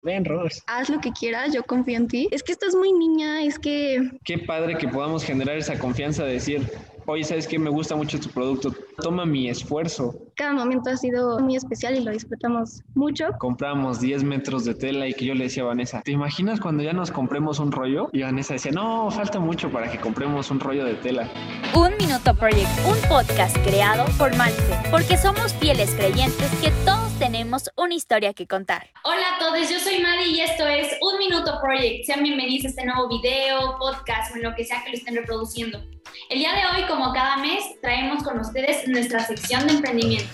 Ven, Ros. Haz lo que quieras, yo confío en ti. Es que estás muy niña, es que Qué padre que podamos generar esa confianza de decir, oye, ¿sabes qué? Me gusta mucho tu producto. Toma mi esfuerzo. cada momento ha sido muy especial y lo disfrutamos mucho. Compramos 10 metros de tela y que yo le decía a Vanessa, ¿te imaginas cuando ya nos compremos un rollo? Y Vanessa decía, no, falta mucho para que compremos un rollo de tela. Un Minuto Project, un podcast creado por Malfe, porque somos fieles creyentes que todos tenemos una historia que contar. Hola a todos, yo soy Madi y esto es Un Minuto Project. Sean bienvenidos a este nuevo video, podcast o en lo que sea que lo estén reproduciendo. El día de hoy, como cada mes, traemos con ustedes nuestra sección de emprendimiento.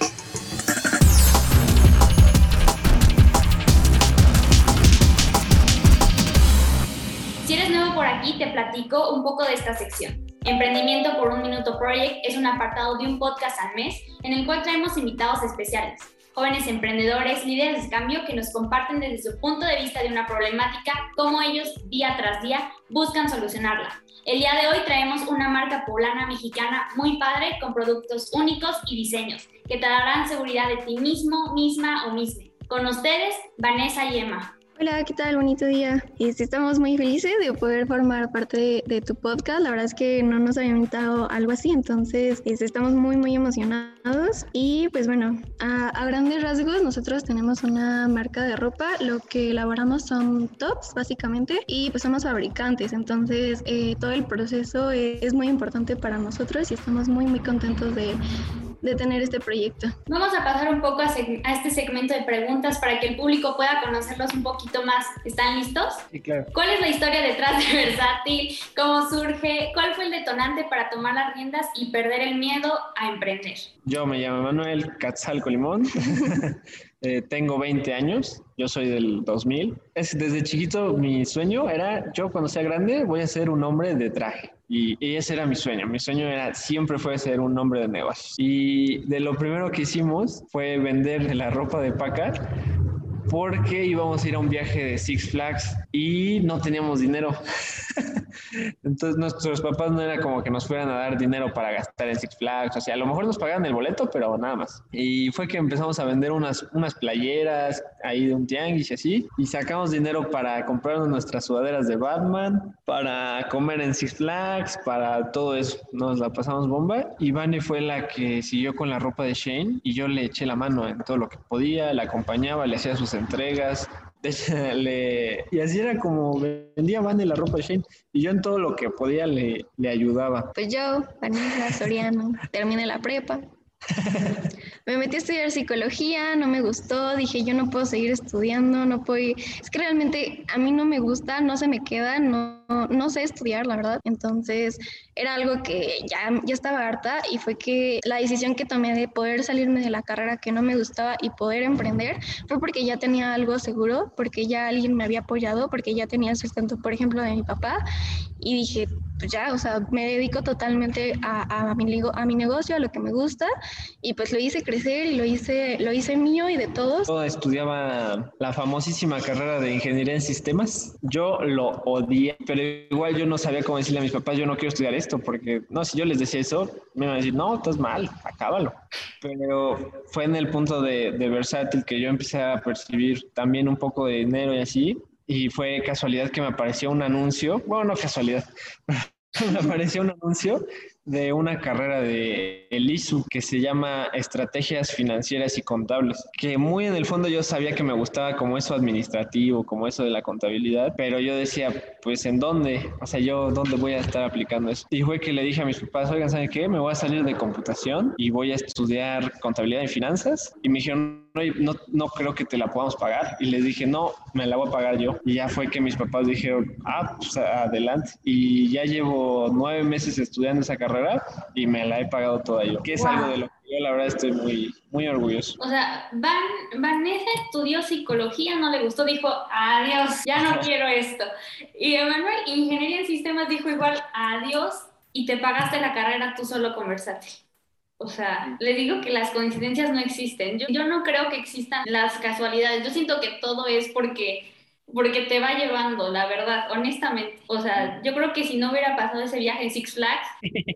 Si eres nuevo por aquí, te platico un poco de esta sección. Emprendimiento por Un Minuto Project es un apartado de un podcast al mes en el cual traemos invitados especiales, jóvenes emprendedores, líderes de cambio que nos comparten desde su punto de vista de una problemática, cómo ellos día tras día buscan solucionarla. El día de hoy traemos una marca poblana mexicana muy padre con productos únicos y diseños que te darán seguridad de ti mismo, misma o misme. Con ustedes, Vanessa y Emma. Hola, ¿qué tal? Bonito día. Estamos muy felices de poder formar parte de tu podcast. La verdad es que no nos habían invitado algo así, entonces estamos muy emocionados. Y pues bueno, a grandes rasgos nosotros tenemos una marca de ropa. Lo que elaboramos son tops, básicamente, y pues somos fabricantes. Entonces todo el proceso es muy importante para nosotros y estamos muy contentos de tener este proyecto. Vamos a pasar un poco a este segmento de preguntas para que el público pueda conocerlos un poquito más. ¿Están listos? Sí, claro. ¿Cuál es la historia detrás de Versátil? ¿Cómo surge? ¿Cuál fue el detonante para tomar las riendas y perder el miedo a emprender? Yo me llamo Manuel Catzalco Limón. Tengo 20 años, yo soy del 2000. Desde chiquito mi sueño era, yo cuando sea grande voy a ser un hombre de traje. Y ese era mi sueño. Mi sueño siempre fue ser un hombre de negocios. Y de lo primero que hicimos fue vender la ropa de Paca porque íbamos a ir a un viaje de Six Flags y no teníamos dinero. Entonces nuestros papás no era como que nos fueran a dar dinero para gastar en Six Flags, o sea, a lo mejor nos pagaban el boleto, pero nada más. Y fue que empezamos a vender unas playeras ahí de un tianguis y así, y sacamos dinero para comprarnos nuestras sudaderas de Batman, para comer en Six Flags, para todo eso. Nos la pasamos bomba, y Vane fue la que siguió con la ropa de Shane, y yo le eché la mano en todo lo que podía, la acompañaba, le hacía sus entregas, y así era como vendía Vane la ropa de Shane, y yo en todo lo que podía le ayudaba. Pues yo, Vanessa Soriano, terminé la prepa. Me metí a estudiar psicología, no me gustó, dije yo no puedo seguir estudiando, no puedo, es que realmente a mí no me gusta, no se me queda, no sé estudiar, la verdad. Entonces era algo que ya estaba harta, y fue que la decisión que tomé de poder salirme de la carrera que no me gustaba y poder emprender fue porque ya tenía algo seguro, porque ya alguien me había apoyado, porque ya tenía el sustento, por ejemplo, de mi papá, y dije, pues ya, o sea, me dedico totalmente a mi negocio, a lo que me gusta, y pues lo hice crecer y lo hice mío y de todos. Yo estudiaba la famosísima carrera de ingeniería en sistemas. Yo lo odié, pero igual yo no sabía cómo decirle a mis papás, yo no quiero estudiar esto, porque no, si yo les decía eso, me iban a decir, no, estás mal, acábalo. Pero fue en el punto de Versátil que yo empecé a percibir también un poco de dinero y así, y fue casualidad que me apareció un anuncio, bueno, no casualidad, me apareció un anuncio de una carrera de el ISU que se llama Estrategias Financieras y Contables, que muy en el fondo yo sabía que me gustaba como eso administrativo, como eso de la contabilidad, pero yo decía, pues ¿en dónde? O sea, yo ¿dónde voy a estar aplicando eso? Y fue que le dije a mis papás, oigan, ¿saben qué? Me voy a salir de computación y voy a estudiar contabilidad y finanzas. Y me dijeron, no creo que te la podamos pagar. Y les dije, no, me la voy a pagar yo. Y ya fue que mis papás dijeron, pues adelante. Y ya llevo 9 meses estudiando esa carrera y me la he pagado toda yo, que es algo de lo que yo la verdad estoy muy orgulloso. O sea, Vanessa estudió psicología, no le gustó, dijo, adiós, ya no quiero esto. Y Emanuel, ingeniería en sistemas, dijo igual, adiós, y te pagaste la carrera tú solo con Versátil. O sea, le digo que las coincidencias no existen. Yo no creo que existan las casualidades. Yo siento que todo es porque porque te va llevando, la verdad, honestamente. O sea, yo creo que si no hubiera pasado ese viaje en Six Flags,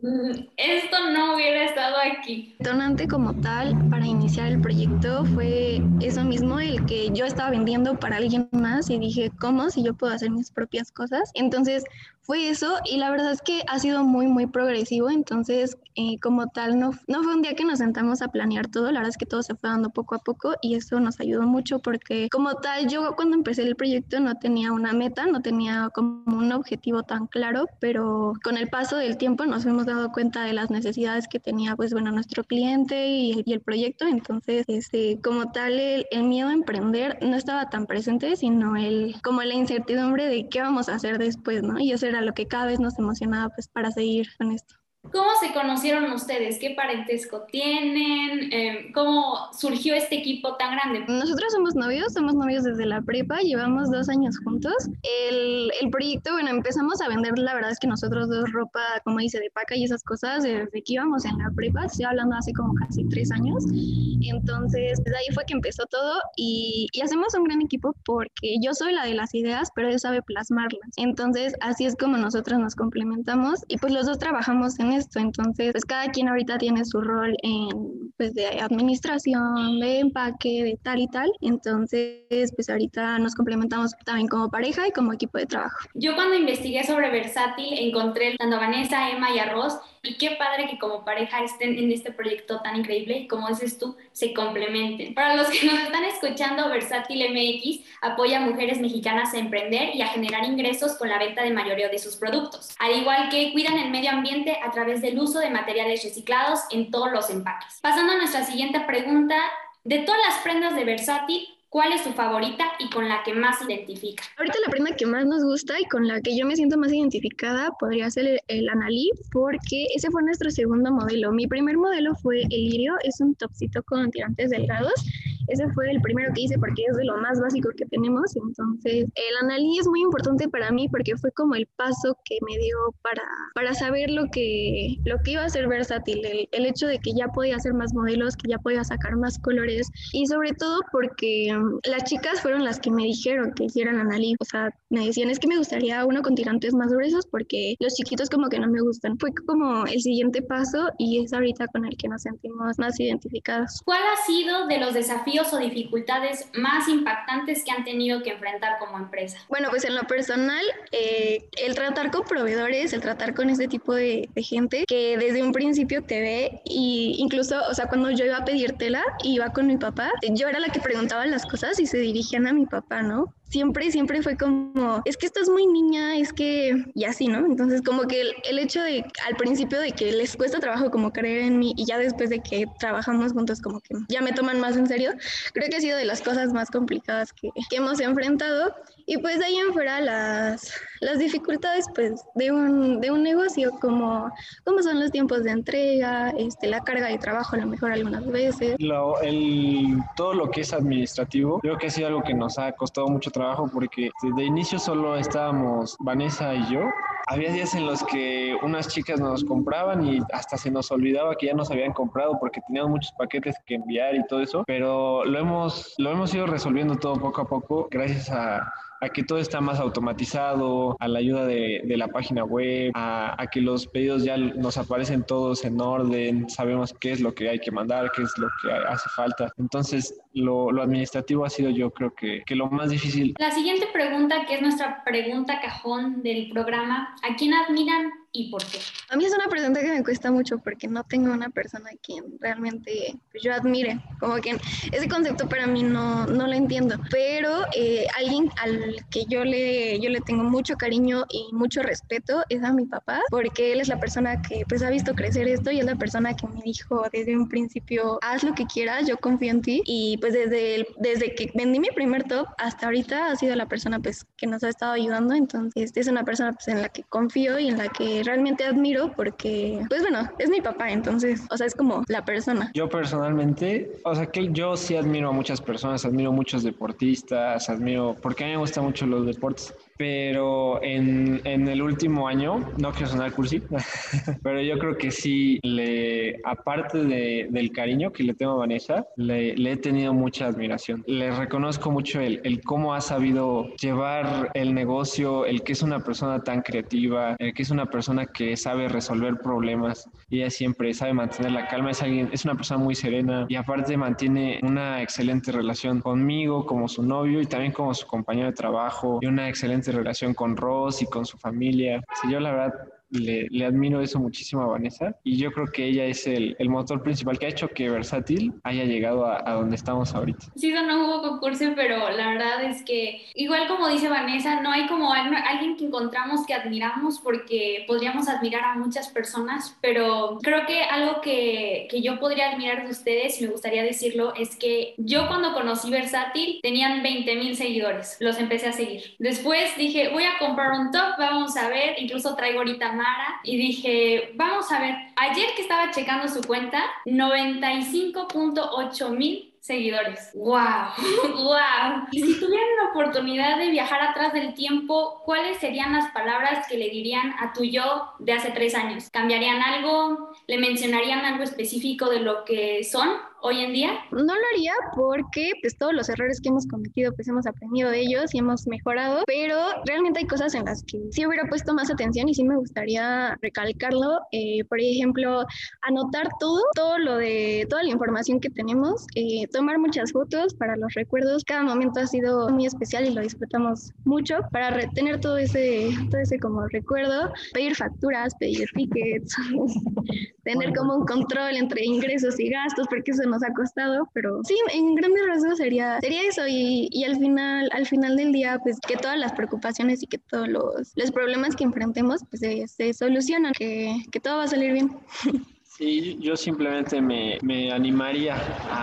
esto no hubiera estado aquí. El detonante como tal para iniciar el proyecto fue eso mismo, el que yo estaba vendiendo para alguien más y dije, ¿cómo? Si yo puedo hacer mis propias cosas. Entonces fue eso y la verdad es que ha sido muy, muy progresivo. Entonces, como tal, no fue un día que nos sentamos a planear todo. La verdad es que todo se fue dando poco a poco y eso nos ayudó mucho porque como tal, yo cuando empecé el proyecto no tenía una meta, no tenía como un objetivo tan claro, pero con el paso del tiempo nos hemos dado cuenta de las necesidades que tenía, pues bueno, nuestro cliente y el proyecto. Entonces, como tal, el miedo a emprender no estaba tan presente, sino como la incertidumbre de qué vamos a hacer después, ¿no? Y eso era lo que cada vez nos emocionaba, pues, para seguir con esto. ¿Cómo se conocieron ustedes? ¿Qué parentesco tienen? ¿Cómo surgió este equipo tan grande? Nosotros somos novios desde la prepa, llevamos 2 años juntos. El proyecto, bueno, empezamos a vender, la verdad es que nosotros dos ropa, como dice, de paca y esas cosas, desde que íbamos en la prepa, estoy hablando hace como casi 3 años. Entonces, desde ahí fue que empezó todo y hacemos un gran equipo porque yo soy la de las ideas, pero él sabe plasmarlas. Entonces, así es como nosotros nos complementamos y pues los dos trabajamos en esto. Entonces, pues cada quien ahorita tiene su rol pues de administración, de empaque, de tal y tal. Entonces, pues ahorita nos complementamos también como pareja y como equipo de trabajo. Yo cuando investigué sobre Versátil encontré tanto a Vanessa, Emma y a Ross, y qué padre que como pareja estén en este proyecto tan increíble y como dices tú, se complementen. Para los que nos están escuchando, Versátil MX apoya a mujeres mexicanas a emprender y a generar ingresos con la venta de mayoreo de sus productos, al igual que cuidan el medio ambiente a través del uso de materiales reciclados en todos los empaques. Pasando a nuestra siguiente pregunta, de todas las prendas de Versátil, ¿cuál es tu favorita y con la que más se identifica? Ahorita la prenda que más nos gusta y con la que yo me siento más identificada podría ser el Analí, porque ese fue nuestro segundo modelo. Mi primer modelo fue el Lirio, es un topcito con tirantes delgados. Ese fue el primero que hice porque es de lo más básico que tenemos. Entonces, el Analí es muy importante para mí porque fue como el paso que me dio para saber lo que iba a ser Versátil. El hecho de que ya podía hacer más modelos, que ya podía sacar más colores y sobre todo porque las chicas fueron las que me dijeron que hicieran Analí. O sea, me decían, es que me gustaría uno con tirantes más gruesos porque los chiquitos como que no me gustan. Fue como el siguiente paso y es ahorita con el que nos sentimos más identificados. ¿Cuál ha sido de los desafíos o dificultades más impactantes que han tenido que enfrentar como empresa? Bueno, pues en lo personal, el tratar con proveedores, el tratar con este tipo de gente que desde un principio te ve y incluso, o sea, cuando yo iba a pedir tela y iba con mi papá, yo era la que preguntaba las cosas y se dirigían a mi papá, ¿no? Siempre fue como, es que estás muy niña, es que, y así, ¿no? Entonces como que el hecho de, al principio de que les cuesta trabajo como creer en mí y ya después de que trabajamos juntos como que ya me toman más en serio, creo que ha sido de las cosas más complicadas que hemos enfrentado. Y pues de ahí en fuera las dificultades pues de un negocio como son los tiempos de entrega, la carga de trabajo a lo mejor algunas veces. Todo lo que es administrativo, creo que ha sido algo que nos ha costado mucho trabajo porque de inicio solo estábamos Vanessa y yo. Había días en los que unas chicas nos compraban y hasta se nos olvidaba que ya nos habían comprado porque teníamos muchos paquetes que enviar y todo eso, pero lo hemos ido resolviendo todo poco a poco gracias a que todo está más automatizado, a la ayuda de la página web, a que los pedidos ya nos aparecen todos en orden, sabemos qué es lo que hay que mandar, qué es lo que hace falta. Entonces, lo administrativo ha sido yo creo que lo más difícil. La siguiente pregunta, que es nuestra pregunta cajón del programa, ¿a quién admiran y por qué? A mí es una pregunta que me cuesta mucho porque no tengo una persona a quien realmente pues, yo admire, como que ese concepto para mí no lo entiendo, pero alguien al que yo le tengo mucho cariño y mucho respeto es a mi papá, porque él es la persona que pues ha visto crecer esto y es la persona que me dijo desde un principio, haz lo que quieras, yo confío en ti, y pues desde que vendí mi primer top hasta ahorita ha sido la persona pues que nos ha estado ayudando. Entonces es una persona pues en la que confío y en la que realmente admiro porque pues bueno, es mi papá, entonces, o sea, es como la persona. Yo personalmente, o sea, que yo sí admiro a muchas personas, admiro a muchos deportistas, porque a mí me gustan mucho los deportes, pero en el último año, no quiero sonar cursi, pero yo creo que sí, aparte del cariño que le tengo a Vanessa, le he tenido mucha admiración. Le reconozco mucho el cómo ha sabido llevar el negocio, el que es una persona tan creativa, el que es una persona que sabe resolver problemas y ella siempre sabe mantener la calma, es una persona muy serena y aparte mantiene una excelente relación conmigo como su novio y también como su compañero de trabajo y una excelente relación con Ross y con su familia. Sí, yo la verdad le admiro eso muchísimo a Vanessa y yo creo que ella es el motor principal que ha hecho que Versátil haya llegado a donde estamos ahorita. Sí, eso no hubo concurso, pero la verdad es que igual como dice Vanessa, no hay como alguien que encontramos que admiramos porque podríamos admirar a muchas personas, pero creo que algo que yo podría admirar de ustedes y me gustaría decirlo es que yo cuando conocí Versátil tenían 20,000 seguidores, los empecé a seguir. Después dije, voy a comprar un top, vamos a ver, incluso traigo ahorita y dije, vamos a ver, ayer que estaba checando su cuenta, 95.8 mil seguidores. ¡Wow! ¡Wow! Y si tuvieran la oportunidad de viajar atrás del tiempo, ¿cuáles serían las palabras que le dirían a tu yo de hace 3 años? ¿Cambiarían algo? ¿Le mencionarían algo específico de lo que son hoy en día? No lo haría porque pues todos los errores que hemos cometido pues hemos aprendido de ellos y hemos mejorado, pero realmente hay cosas en las que sí hubiera puesto más atención y sí me gustaría recalcarlo. Por ejemplo, anotar toda la información que tenemos, tomar muchas fotos para los recuerdos. Cada momento ha sido muy especial y lo disfrutamos mucho para retener todo ese como recuerdo, pedir facturas, pedir tickets, tener como un control entre ingresos y gastos, porque eso nos ha costado, pero sí, en grandes rasgos sería eso y al final del día, pues que todas las preocupaciones y que todos los problemas que enfrentemos, pues se solucionan, que todo va a salir bien. Sí, yo simplemente me animaría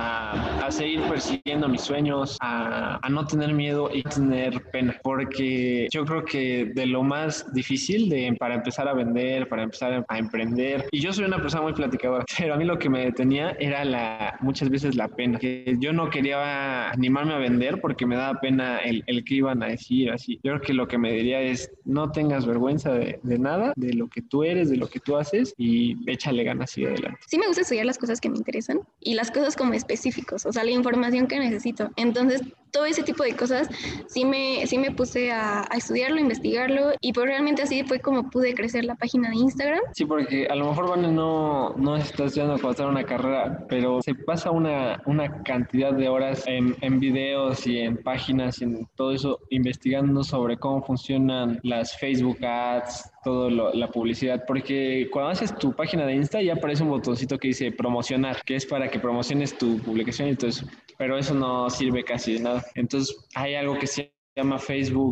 a seguir persiguiendo mis sueños, a no tener miedo y tener pena, porque yo creo que de lo más difícil para empezar a vender, para empezar a emprender, y yo soy una persona muy platicadora, pero a mí lo que me detenía era muchas veces la pena, que yo no quería animarme a vender porque me daba pena el que iban a decir, así. Yo creo que lo que me diría es, no tengas vergüenza de nada, de lo que tú eres, de lo que tú haces y échale ganas y adelante. Sí me gusta estudiar las cosas que me interesan y las cosas como específicos, o sea, la información que necesito. Entonces, todo ese tipo de cosas sí me puse a estudiarlo, a investigarlo y pues realmente así fue como pude crecer la página de Instagram. Sí, porque a lo mejor Vane no está estudiando como tal una carrera, pero se pasa una cantidad de horas en videos y en páginas y en todo eso investigando sobre cómo funcionan las Facebook Ads, la publicidad, porque cuando haces tu página de Insta ya aparece un botoncito que dice promocionar, que es para que promociones tu publicación y todo eso, pero eso no sirve casi de nada. Entonces hay algo que se llama Facebook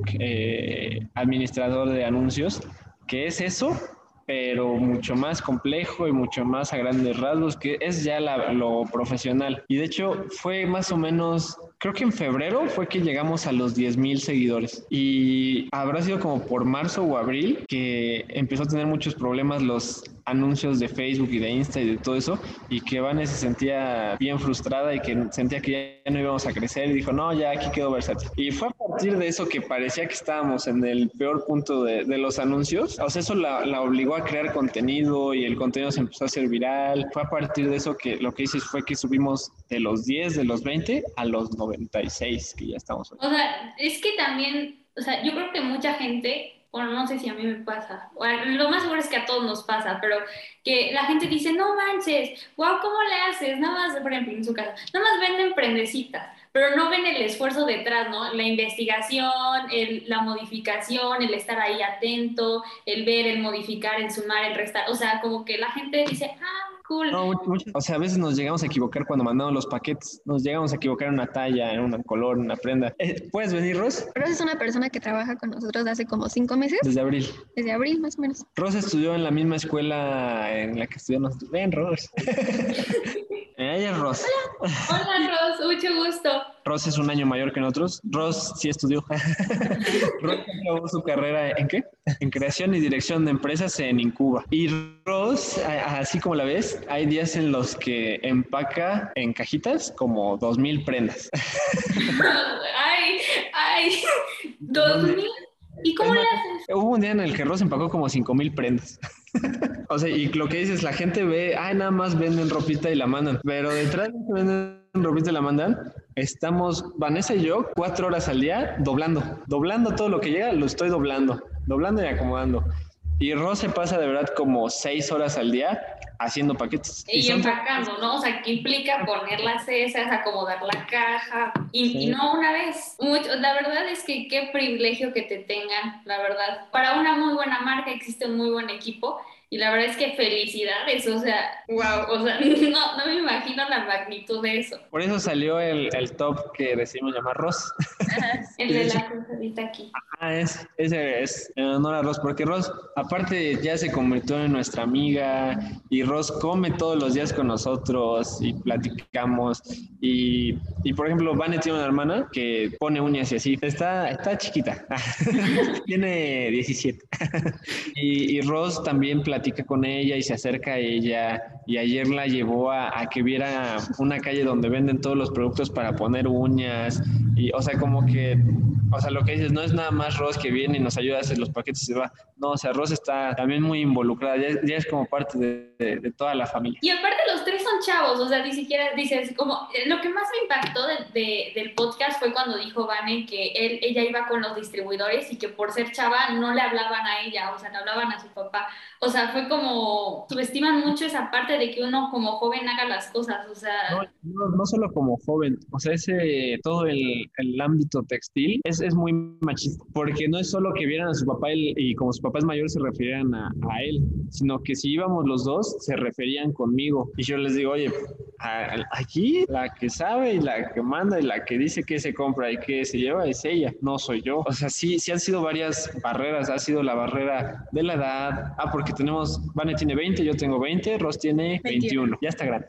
administrador de anuncios, que es eso, pero mucho más complejo y mucho más a grandes rasgos, que es ya lo profesional. Y de hecho fue más o menos, creo que en febrero fue que llegamos a los 10,000 seguidores y habrá sido como por marzo o abril que empezó a tener muchos problemas los anuncios de Facebook y de Insta y de todo eso, y que Vane se sentía bien frustrada y que sentía que ya no íbamos a crecer y dijo, no, ya aquí quedó Versátil. Y fue a partir de eso que parecía que estábamos en el peor punto de los anuncios, o sea, eso la obligó a crear contenido y el contenido se empezó a hacer viral. Fue a partir de eso que lo que hice fue que subimos de los 10, de los 20 a los 96, que ya estamos hoy. O sea, es que también, o sea, yo creo que mucha gente, bueno, no sé si a mí me pasa, bueno, lo más seguro es que a todos nos pasa, pero que la gente dice, no manches, wow, ¿cómo le haces? Nada más, por ejemplo, en su casa, nada más venden prendecitas, pero no ven el esfuerzo detrás, ¿no? La investigación, la modificación, el estar ahí atento, el ver, el modificar, el sumar, el restar, o sea, como que la gente dice, cool. No, o sea, a veces nos llegamos a equivocar cuando mandamos los paquetes. Nos llegamos a equivocar en una talla, en un color, en una prenda. ¿Puedes venir, Ros? Ros es una persona que trabaja con nosotros hace como 5 meses. Desde abril. Desde abril, más o menos. Ros estudió en la misma escuela en la que estudió nosotros. Ven, Ros. Ella es Ros. Hola, Ros. Mucho gusto. Ros es un año mayor que nosotros. Ros sí estudió. Ros acabó su carrera ¿en qué? En creación y dirección de empresas en Incuba. Y Ros, así como la ves, hay días en los que empaca en cajitas como 2,000 prendas. Ay, 2,000. ¿Y cómo le haces? Hubo un día en el que Ross empacó como 5,000 prendas. O sea, y lo que dices, la gente ve, nada más venden ropita y la mandan. Pero detrás de que venden ropita y la mandan, estamos Vanessa y yo 4 horas al día doblando todo lo que llega, lo estoy doblando y acomodando. Y Ross se pasa de verdad como 6 horas al día haciendo paquetes. Y empacando, ¿no? O sea, que implica poner las cesas, acomodar la caja, y no una vez. La verdad es que qué privilegio que te tengan, la verdad. Para una muy buena marca existe un muy buen equipo, y la verdad es que felicidades, o sea, wow, o sea, no me imagino la magnitud de eso. Por eso salió el top que decidimos llamar Ross. El de la cruzadita aquí. Ese es en honor a Ross, porque Ross, aparte, ya se convirtió en nuestra amiga, y Ross come todos los días con nosotros y platicamos. Y por ejemplo, Vane tiene una hermana que pone uñas y así. Está chiquita, tiene 17. Y Ross también platica con ella y se acerca a ella. Y ayer la llevó a que viera una calle donde venden todos los productos para poner uñas. Y, o sea, como que, o sea, lo que dices, no es nada más Ross que viene y nos ayuda a hacer los paquetes y se va. No, o sea, Ross está también muy involucrada, ya es como parte de toda la familia. Y aparte los 3 son chavos, o sea, ni siquiera dices, como, lo que más me impactó del podcast fue cuando dijo Vane que ella iba con los distribuidores y que por ser chava no le hablaban a ella, o sea, le hablaban a su papá. O sea, fue como, subestiman mucho esa parte de que uno como joven haga las cosas, o sea... No solo como joven, o sea, todo el ámbito textil es muy machista, porque no es solo que vieran a su papá y como su papá es mayor se refirieran a él, sino que si íbamos los dos se referían conmigo. Y yo les digo, oye, aquí la que sabe y la que manda y la que dice qué se compra y qué se lleva es ella, no soy yo. O sea, sí han sido varias barreras, ha sido la barrera de la edad, porque Vane tiene 20, yo tengo 20, Ross tiene 21. Ya está grande.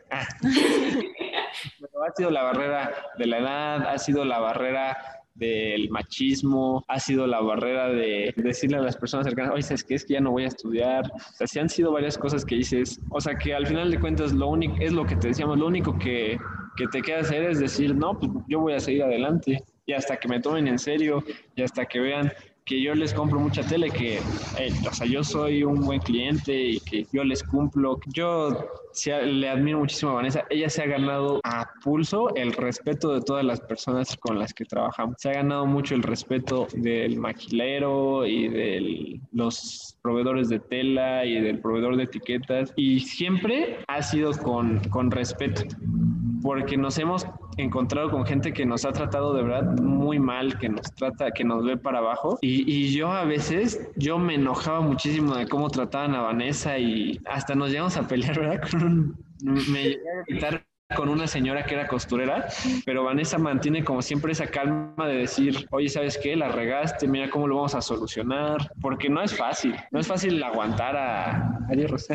Pero ha sido la barrera de la edad, ha sido la barrera del machismo, ha sido la barrera de decirle a las personas cercanas, oye, ¿sabes qué? Es que ya no voy a estudiar. O sea, sí han sido varias cosas que dices, o sea, que al final de cuentas lo único, es lo que te decíamos, lo único que te queda hacer es decir, no, pues yo voy a seguir adelante, y hasta que me tomen en serio, y hasta que vean que yo les compro mucha tele, que o sea, yo soy un buen cliente y que yo les cumplo. Yo le admiro muchísimo a Vanessa. Ella se ha ganado a pulso el respeto de todas las personas con las que trabajamos. Se ha ganado mucho el respeto del maquilero y de los proveedores de tela y del proveedor de etiquetas. Y siempre ha sido con respeto, porque nos hemos encontrado con gente que nos ha tratado de verdad muy mal, que nos ve para abajo, y yo a veces, yo me enojaba muchísimo de cómo trataban a Vanessa y hasta nos llegamos a pelear, ¿verdad? Me llegué a gritar con una señora que era costurera, pero Vanessa mantiene como siempre esa calma de decir, oye, ¿sabes qué? La regaste, mira cómo lo vamos a solucionar, porque no es fácil aguantar Ay, Rosa.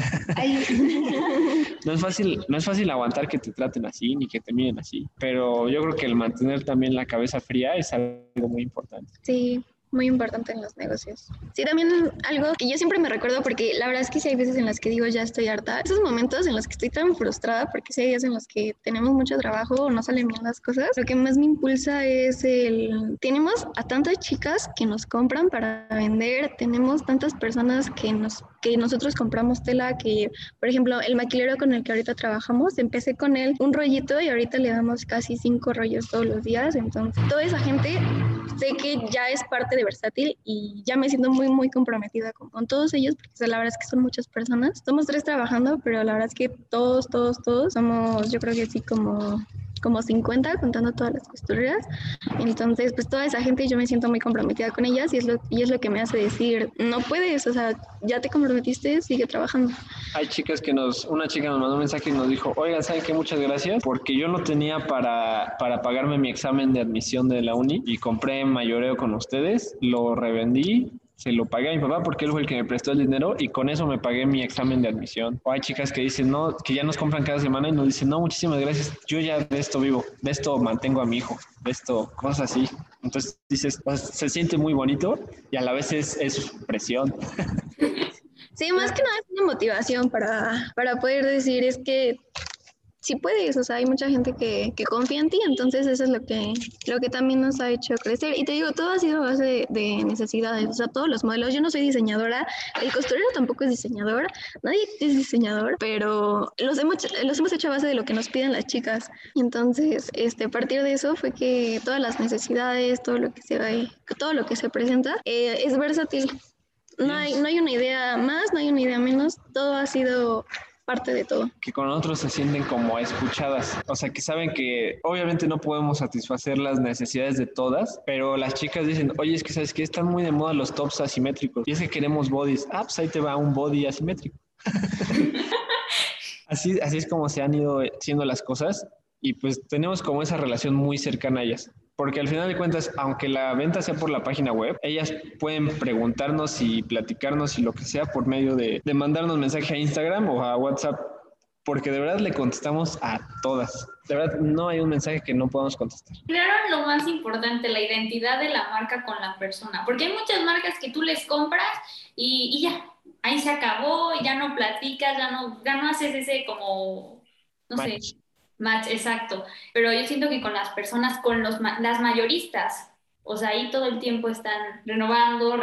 No es fácil aguantar que te traten así, ni que te miren así, pero yo creo que el mantener también la cabeza fría es algo muy importante. Sí. Muy importante en los negocios. Sí, también algo que yo siempre me recuerdo, porque la verdad es que sí hay veces en las que digo, ya estoy harta. Esos momentos en los que estoy tan frustrada, porque sí hay días en los que tenemos mucho trabajo o no salen bien las cosas, lo que más me impulsa es tenemos a tantas chicas que nos compran para vender, tenemos tantas personas que nosotros compramos tela, que, por ejemplo, el maquilero con el que ahorita trabajamos, empecé con él un rollito y ahorita le damos casi 5 rollos todos los días. Entonces, toda esa gente sé que ya es parte de Versátil y ya me siento muy, muy comprometida con todos ellos, porque la verdad es que son muchas personas. Somos 3 trabajando, pero la verdad es que todos somos, yo creo que sí, como 50, contando todas las costureras. Entonces, pues toda esa gente yo me siento muy comprometida con ellas, y es lo que me hace decir, no puedes, o sea, ya te comprometiste, sigue trabajando. Hay chicas una chica nos mandó un mensaje y nos dijo, oigan, ¿saben qué? Muchas gracias, porque yo no tenía para pagarme mi examen de admisión de la uni y compré mayoreo con ustedes, lo revendí, se lo pagué a mi papá porque él fue el que me prestó el dinero y con eso me pagué mi examen de admisión. O hay chicas que dicen, no, que ya nos compran cada semana y nos dicen, no, muchísimas gracias, yo ya de esto vivo, de esto mantengo a mi hijo, de esto, cosas así. Entonces dices, pues, se siente muy bonito y a la vez es presión. Sí, más que nada es una motivación para poder decir, es que sí puedes, o sea, hay mucha gente que confía en ti, entonces eso es lo que también nos ha hecho crecer. Y te digo, todo ha sido a base de necesidades, o sea, todos los modelos. Yo no soy diseñadora, el costurero tampoco es diseñador, nadie es diseñador, pero los hemos hecho a base de lo que nos piden las chicas. Entonces, a partir de eso fue que todas las necesidades, todo lo que se presenta, es versátil. No hay una idea más, no hay una idea menos, todo ha sido parte de todo. Que con otros se sienten como escuchadas, o sea, que saben que obviamente no podemos satisfacer las necesidades de todas, pero las chicas dicen, oye, es que ¿sabes qué? Están muy de moda los tops asimétricos, y es que queremos bodies, pues ahí te va un body asimétrico. Así es como se han ido haciendo las cosas, y pues tenemos como esa relación muy cercana a ellas. Porque al final de cuentas, aunque la venta sea por la página web, ellas pueden preguntarnos y platicarnos y lo que sea por medio de mandarnos mensaje a Instagram o a WhatsApp, porque de verdad le contestamos a todas. De verdad, no hay un mensaje que no podamos contestar. Crearon lo más importante, la identidad de la marca con la persona, porque hay muchas marcas que tú les compras y ya, ahí se acabó, ya no platicas, ya no haces ese como, no sé, match, exacto. Pero yo siento que con las personas, con las mayoristas, o sea, ahí todo el tiempo están renovando.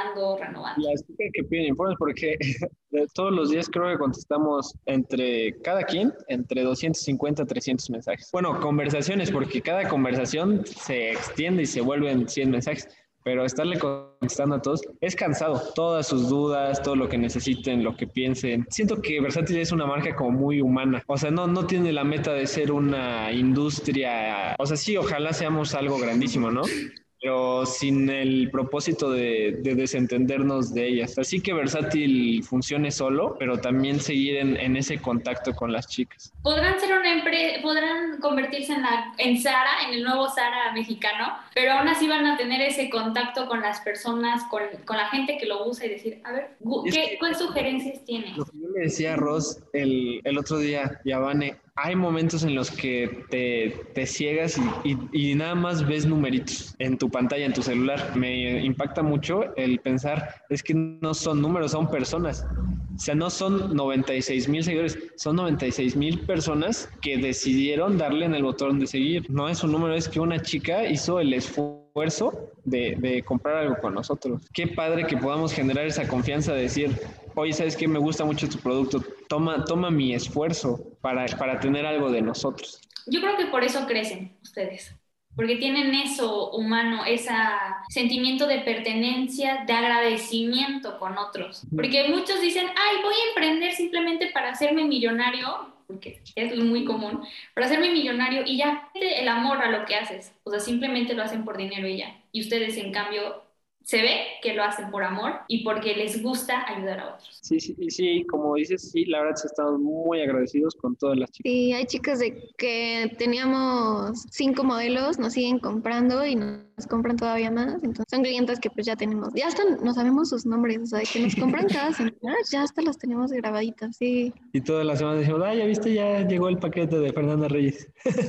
Las chicas que piden informes, porque todos los días creo que contestamos entre cada quien, entre 250 a 300 mensajes. Bueno, conversaciones, porque cada conversación se extiende y se vuelven 100 mensajes. Pero estarle contestando a todos es cansado. Todas sus dudas, todo lo que necesiten, lo que piensen. Siento que Versátil es una marca como muy humana. O sea, no tiene la meta de ser una industria. O sea, sí, ojalá seamos algo grandísimo, ¿no? Pero sin el propósito de desentendernos de ellas. Así que Versátil funcione solo, pero también seguir en ese contacto con las chicas. Podrán ser una empresa, podrán convertirse en Zara, en el nuevo Zara mexicano, pero aún así van a tener ese contacto con las personas, con la gente que lo usa y decir, a ver, ¿qué sugerencias tienes? Lo que yo le decía a Ross el otro día y a Vane, hay momentos en los que te ciegas y nada más ves numeritos en tu pantalla, en tu celular. Me impacta mucho el pensar, es que no son números, son personas. O sea, no son 96,000 seguidores, son 96,000 personas que decidieron darle en el botón de seguir. No es un número, es que una chica hizo el esfuerzo de comprar algo con nosotros. Qué padre que podamos generar esa confianza de decir, oye, ¿sabes qué? Me gusta mucho tu producto, toma mi esfuerzo para tener algo de nosotros. Yo creo que por eso crecen ustedes, porque tienen eso humano, ese sentimiento de pertenencia, de agradecimiento con otros. Porque muchos dicen, ay, voy a emprender simplemente para hacerme millonario, porque es muy común, para hacerme millonario y ya, el amor a lo que haces. O sea, simplemente lo hacen por dinero y ya. Y ustedes, en cambio, se ve que lo hacen por amor y porque les gusta ayudar a otros. Sí, como dices, sí, la verdad estamos muy agradecidos con todas las chicas. Sí, hay chicas de que teníamos 5 modelos, nos siguen comprando y nos compran todavía más, entonces son clientas que pues ya tenemos, ya hasta no sabemos sus nombres, o sea, de que nos compran cada semana, ya hasta las tenemos grabaditas, sí. Y todas las semanas decimos, ya viste, ya llegó el paquete de Fernanda Reyes.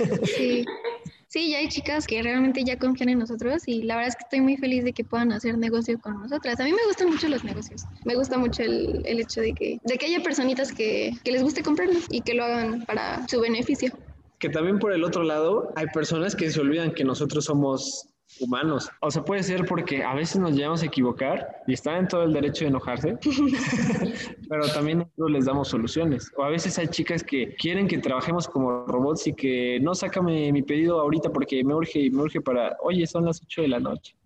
Sí. Sí, ya hay chicas que realmente ya confían en nosotros y la verdad es que estoy muy feliz de que puedan hacer negocio con nosotras. A mí me gustan mucho los negocios. Me gusta mucho el hecho de que haya personitas que les guste comprarnos y que lo hagan para su beneficio. Que también por el otro lado hay personas que se olvidan que nosotros somos humanos. O sea, puede ser porque a veces nos llegamos a equivocar y están en todo el derecho de enojarse, pero también nosotros les damos soluciones. O a veces hay chicas que quieren que trabajemos como robots y que no, sácame mi pedido ahorita porque me urge para, oye, son las 8 de la noche.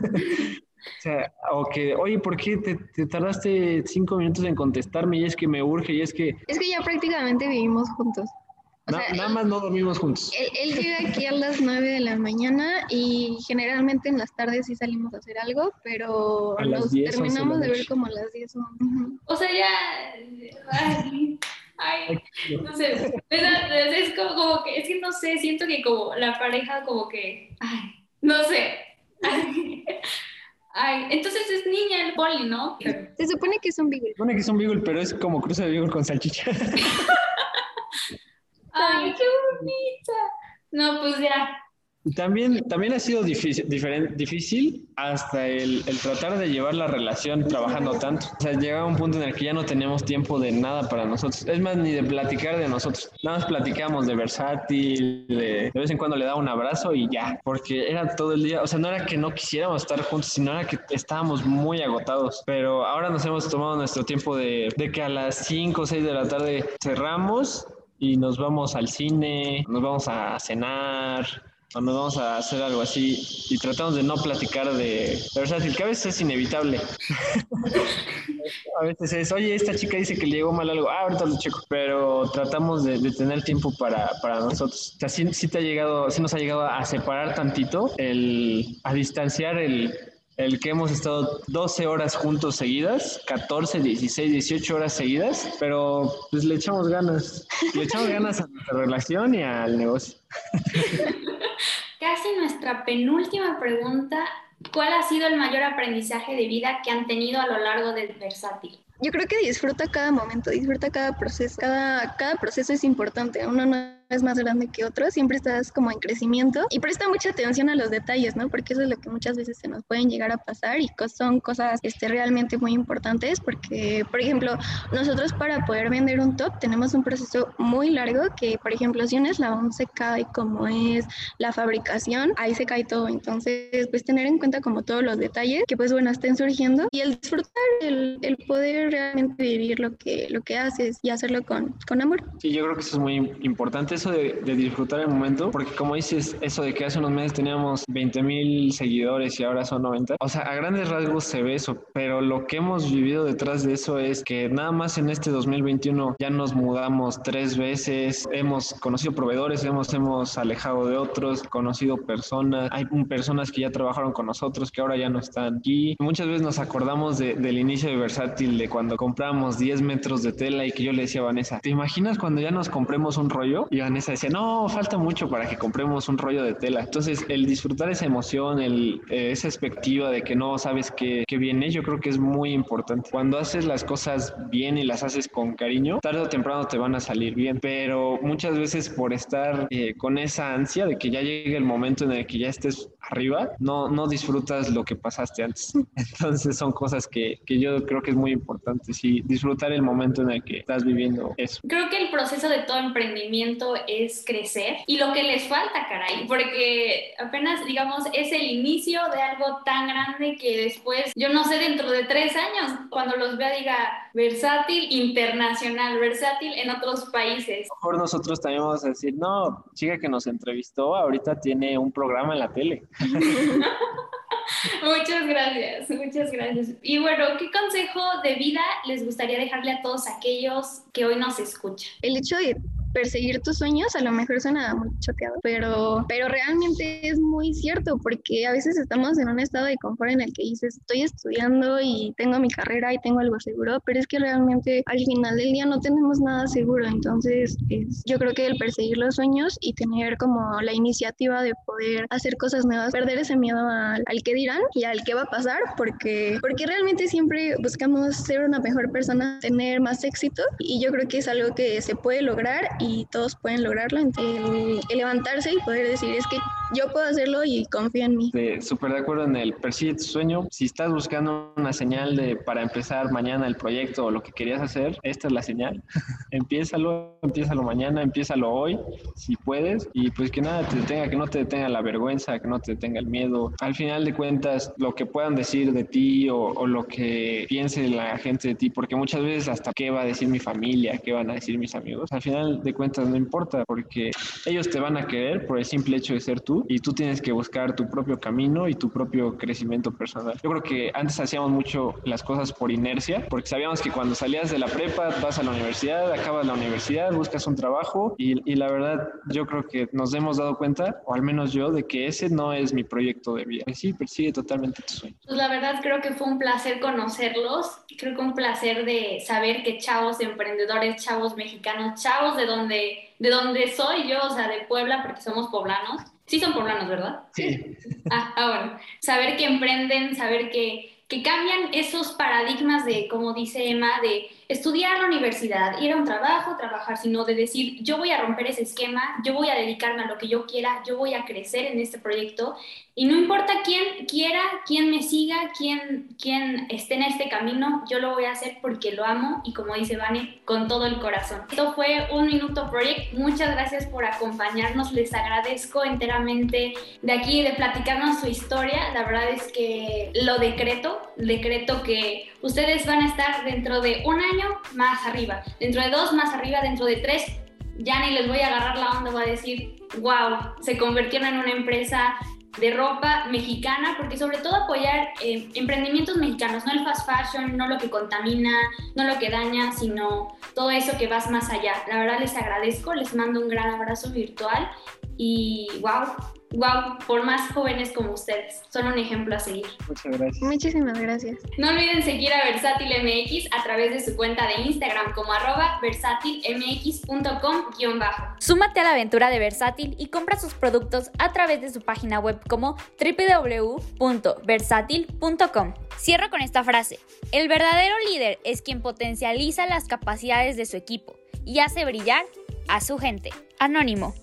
O sea, o que, oye, ¿por qué te tardaste 5 minutos en contestarme? Y es que me urge y es que... Es que ya prácticamente vivimos juntos. Nada más no dormimos juntos. Él llega aquí a las 9 de la mañana y generalmente en las tardes sí salimos a hacer algo, pero nos terminamos de ver como a las 10. O sea, ya... Ay, no sé. Es como que... Es que no sé, siento que como la pareja como que... Ay, no sé. Ay, entonces es niña el poli, ¿no? Se supone que es un beagle. Se supone que es un beagle, pero es como cruza de beagle con salchicha. ¡Ay, qué bonita! No, pues ya. Y también ha sido difícil hasta el tratar de llevar la relación trabajando tanto. O sea, llegaba un punto en el que ya no teníamos tiempo de nada para nosotros. Es más, ni de platicar de nosotros. Nada más platicábamos de Versátil, de vez en cuando le daba un abrazo y ya. Porque era todo el día. O sea, no era que no quisiéramos estar juntos, sino era que estábamos muy agotados. Pero ahora nos hemos tomado nuestro tiempo de que a las 5 o 6 de la tarde cerramos y nos vamos al cine, nos vamos a cenar o nos vamos a hacer algo así y tratamos de no platicar de Versátil, que a veces es inevitable. A veces es, oye, esta chica dice que le llegó mal algo, ahorita lo checo, pero tratamos de tener tiempo para nosotros. O sea, sí nos ha llegado a separar tantito, a distanciar el que hemos estado 12 horas juntos seguidas, 14, 16, 18 horas seguidas, pero pues le echamos ganas a nuestra relación y al negocio. Casi nuestra penúltima pregunta, ¿cuál ha sido el mayor aprendizaje de vida que han tenido a lo largo del Versátil? Yo creo que disfruta cada momento, disfruta cada proceso. Cada proceso es importante. Uno no es más grande que otro, siempre estás como en crecimiento y presta mucha atención a los detalles, ¿no? Porque eso es lo que muchas veces se nos pueden llegar a pasar y son cosas realmente muy importantes porque, por ejemplo, nosotros para poder vender un top tenemos un proceso muy largo que, por ejemplo, si un eslabón se cae como es la fabricación, ahí se cae todo. Entonces, pues tener en cuenta como todos los detalles que, pues bueno, estén surgiendo y el disfrutar, el poder realmente vivir lo que haces y hacerlo con amor. Sí, yo creo que eso es muy importante, eso de disfrutar el momento, porque como dices, eso de que hace unos meses teníamos 20,000 seguidores y ahora son 90, o sea, a grandes rasgos se ve eso, pero lo que hemos vivido detrás de eso es que nada más en este 2021 ya nos mudamos 3 veces, hemos conocido proveedores, hemos alejado de otros, conocido personas, hay personas que ya trabajaron con nosotros que ahora ya no están aquí. Muchas veces nos acordamos del inicio de Versátil, de cuando comprábamos 10 metros de tela y que yo le decía a Vanessa, ¿te imaginas cuando ya nos compremos un rollo? Y Vanessa decía, no, falta mucho para que compremos un rollo de tela. Entonces, el disfrutar esa emoción, esa expectativa de que no sabes qué viene, yo creo que es muy importante. Cuando haces las cosas bien y las haces con cariño, tarde o temprano te van a salir bien, pero muchas veces por estar con esa ansia de que ya llegue el momento en el que ya estés arriba, no disfrutas lo que pasaste antes. Entonces, son cosas que yo creo que es muy importante, sí, disfrutar el momento en el que estás viviendo eso. Creo que el proceso de todo emprendimiento es crecer y lo que les falta, caray, porque apenas, digamos, es el inicio de algo tan grande que después, yo no sé, dentro de 3 años, cuando los vea, diga Versátil internacional, Versátil en otros países. A lo mejor nosotros también vamos a decir, no, chica que nos entrevistó, ahorita tiene un programa en la tele. Muchas gracias, muchas gracias. Y bueno, ¿qué consejo de vida les gustaría dejarle a todos aquellos que hoy nos escuchan? El hecho de perseguir tus sueños a lo mejor suena muy choteado, pero realmente es muy cierto porque a veces estamos en un estado de confort en el que dices, estoy estudiando y tengo mi carrera y tengo algo seguro, pero es que realmente al final del día no tenemos nada seguro. Entonces yo creo que el perseguir los sueños y tener como la iniciativa de poder hacer cosas nuevas, perder ese miedo al que dirán y al que va a pasar, porque realmente siempre buscamos ser una mejor persona, tener más éxito, y yo creo que es algo que se puede lograr y todos pueden lograrlo. El levantarse y poder decir, es que yo puedo hacerlo y confío en mí. Súper de acuerdo en el persigue tu sueño. Si estás buscando una señal para empezar mañana el proyecto o lo que querías hacer, esta es la señal. Empiézalo mañana, empiézalo hoy, si puedes, y pues que nada te detenga, que no te detenga la vergüenza, que no te detenga el miedo. Al final de cuentas, lo que puedan decir de ti o lo que piense la gente de ti, porque muchas veces hasta qué va a decir mi familia, qué van a decir mis amigos, al final de cuentas no importa, porque ellos te van a querer por el simple hecho de ser tú, y tú tienes que buscar tu propio camino y tu propio crecimiento personal. Yo creo que antes hacíamos mucho las cosas por inercia, porque sabíamos que cuando salías de la prepa vas a la universidad, acabas la universidad, buscas un trabajo, y la verdad yo creo que nos hemos dado cuenta, o al menos yo, de que ese no es mi proyecto de vida. Sí, persigue totalmente tu sueño. Pues la verdad creo que fue un placer conocerlos, creo que un placer de saber que chavos emprendedores, chavos mexicanos, chavos de donde soy yo, o sea, de Puebla, porque somos poblanos. Sí son poblanos, ¿verdad? Sí. Bueno. Saber que emprenden, saber que que cambian esos paradigmas de, como dice Emma, de estudiar a la universidad, ir a un trabajo, trabajar, sino de decir, yo voy a romper ese esquema, yo voy a dedicarme a lo que yo quiera, yo voy a crecer en este proyecto y no importa quién quiera, quién me siga, quién esté en este camino, yo lo voy a hacer porque lo amo y como dice Vane, con todo el corazón. Esto fue Un Minuto Project, muchas gracias por acompañarnos, les agradezco enteramente de aquí, de platicarnos su historia, la verdad es que lo decreto que ustedes van a estar dentro de un año más arriba, dentro de 2 más arriba, dentro de 3 ya ni les voy a agarrar la onda, voy a decir, wow, se convirtieron en una empresa de ropa mexicana, porque sobre todo apoyar emprendimientos mexicanos, no el fast fashion, no lo que contamina, no lo que daña, sino todo eso que vas más allá. La verdad les agradezco, les mando un gran abrazo virtual y wow, por más jóvenes como ustedes, son un ejemplo a seguir. Muchas gracias. Muchísimas gracias. No olviden seguir a Versátil MX a través de su cuenta de Instagram como @versatilmx.com_. Súmate a la aventura de Versátil y compra sus productos a través de su página web como www.versatil.com. Cierro con esta frase: el verdadero líder es quien potencializa las capacidades de su equipo y hace brillar a su gente. Anónimo.